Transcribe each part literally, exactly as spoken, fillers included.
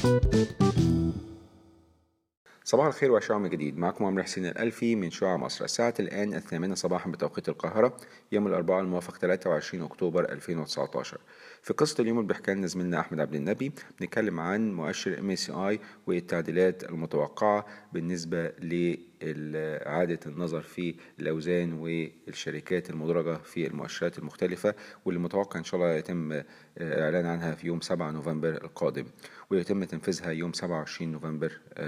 صباح الخير وعشاء يوم جديد. معكم عمرو حسين الألفي من شعاع مصر. الساعة الآن الثامنة صباحا بتوقيت القاهرة، يوم الأربعاء الموافق ثلاثة وعشرين أكتوبر ألفين وتسعة عشر. في قصة اليوم اللي بيحكي لنا زميلنا أحمد عبد النبي، بنتكلم عن مؤشر إم إيه سي آي والتعديلات المتوقعة بالنسبة لإعادة النظر في الأوزان والشركات المدرجة في المؤشرات المختلفة، واللي متوقع إن شاء الله يتم إعلان عنها في يوم سبعة نوفمبر القادم، ويتم تنفيذها يوم سبعة وعشرين نوفمبر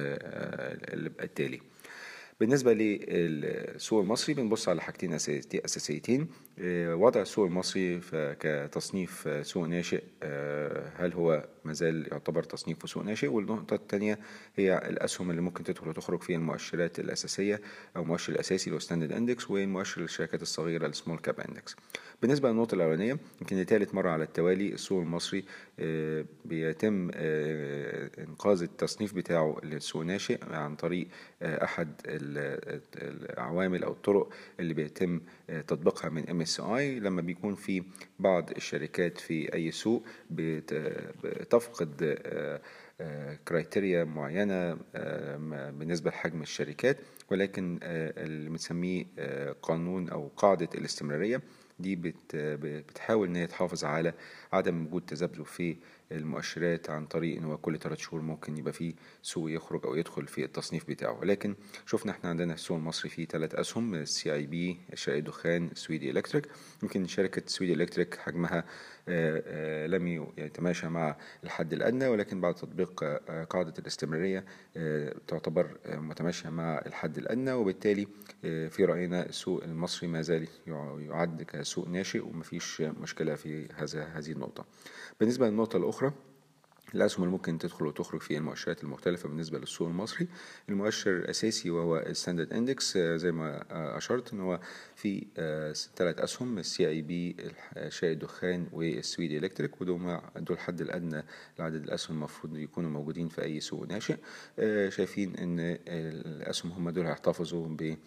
التالي. بالنسبة للسوق المصري بنبص على حاجتين أساسيتين. وضع السوق المصري كتصنيف سوق ناشئ، هل هو مازال يعتبر تصنيفه سوق ناشئ؟ والنقطة الثانية هي الأسهم اللي ممكن تدخل وتخرج في المؤشرات الأساسية أو المؤشر الأساسي اللي هو ستاندرد اندكس، والمؤشر للشركات الصغيرة السمول كاب اندكس. بالنسبة للنقطة الأولانية، يمكن لثالث مرة على التوالي السوق المصري بيتم إنقاذ التصنيف بتاعه للسوق ناشئ عن طريق أحد العوامل أو الطرق اللي بيتم تطبيقها من إم إيه سي آي. لما بيكون في بعض الشركات في أي سوق بتفقد كرايتيريا معينة بالنسبة لحجم الشركات، ولكن اللي بنسميه قانون أو قاعدة الاستمرارية دي بتحاول ان هي تحافظ على عدم وجود تذبذب في المؤشرات عن طريق ان هو كل ثلاث شهور ممكن يبقى فيه سوق يخرج او يدخل في التصنيف بتاعه. لكن شفنا احنا عندنا السوق المصري فيه ثلاث اسهم، السي اي بي، شركة دخان، سويدي الكتريك. يمكن شركة سويدي الكتريك حجمها لم يتماشى مع الحد الادنى، ولكن بعد تطبيق قاعدة الاستمرارية تعتبر متماشية مع الحد الادنى، وبالتالي في رأينا السوق المصري ما زال يعد كسوق ناشئ ومفيش مشكلة في هذا هذه النقطة. بالنسبة للنقطة الأخرى، الأسهم اللي ممكن تدخل وتخرج في المؤشرات المختلفة بالنسبة للسوق المصري، المؤشر الأساسي وهو الستاندرد اندكس. زي ما أشرت إن هو في ثلاث أسهم، السي اي بي، شركة دخان، والسويدي الكتريك، ودول دول الحد الأدنى لعدد الأسهم المفروض يكونوا موجودين في أي سوق ناشئ. شايفين إن الأسهم هم دول هيحتفظوا ب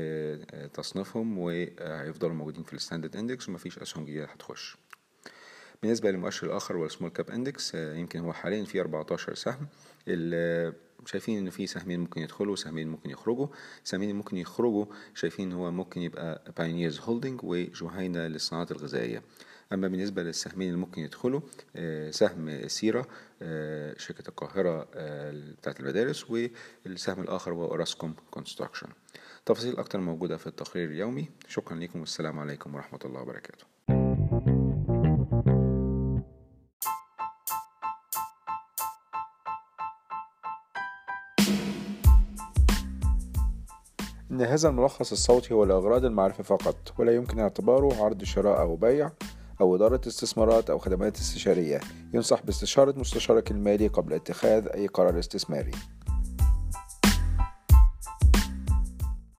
تصنيفهم وهيفضلوا موجودين في الستاندرد اندكس، ومفيش أسهم جديدة هتخش. بالنسبة للمؤشر الآخر والسمول كاب اندكس، يمكن هو حاليا فيه أربعة عشر سهم. شايفين إن في سهمين ممكن يدخلوا وسهمين ممكن يخرجوا. سهمين ممكن يخرجوا شايفين هو ممكن يبقى بايونيرز هولدنج وجهينة للصناعات الغذائية. أما بالنسبة للسهمين اللي ممكن يدخلوا، سهم سيرة شركة القاهرة بتاعت المدارس، والسهم الآخر هو أوراسكوم كونستراكشن. تفاصيل أكتر موجودة في التقرير اليومي. شكرا لكم والسلام عليكم ورحمة الله وبركاته. إن هذا الملخص الصوتي هو لأغراض المعرفة فقط، ولا يمكن اعتباره عرض شراء أو بيع أو إدارة استثمارات أو خدمات استشارية. ينصح باستشارة مستشارك المالي قبل اتخاذ أي قرار استثماري.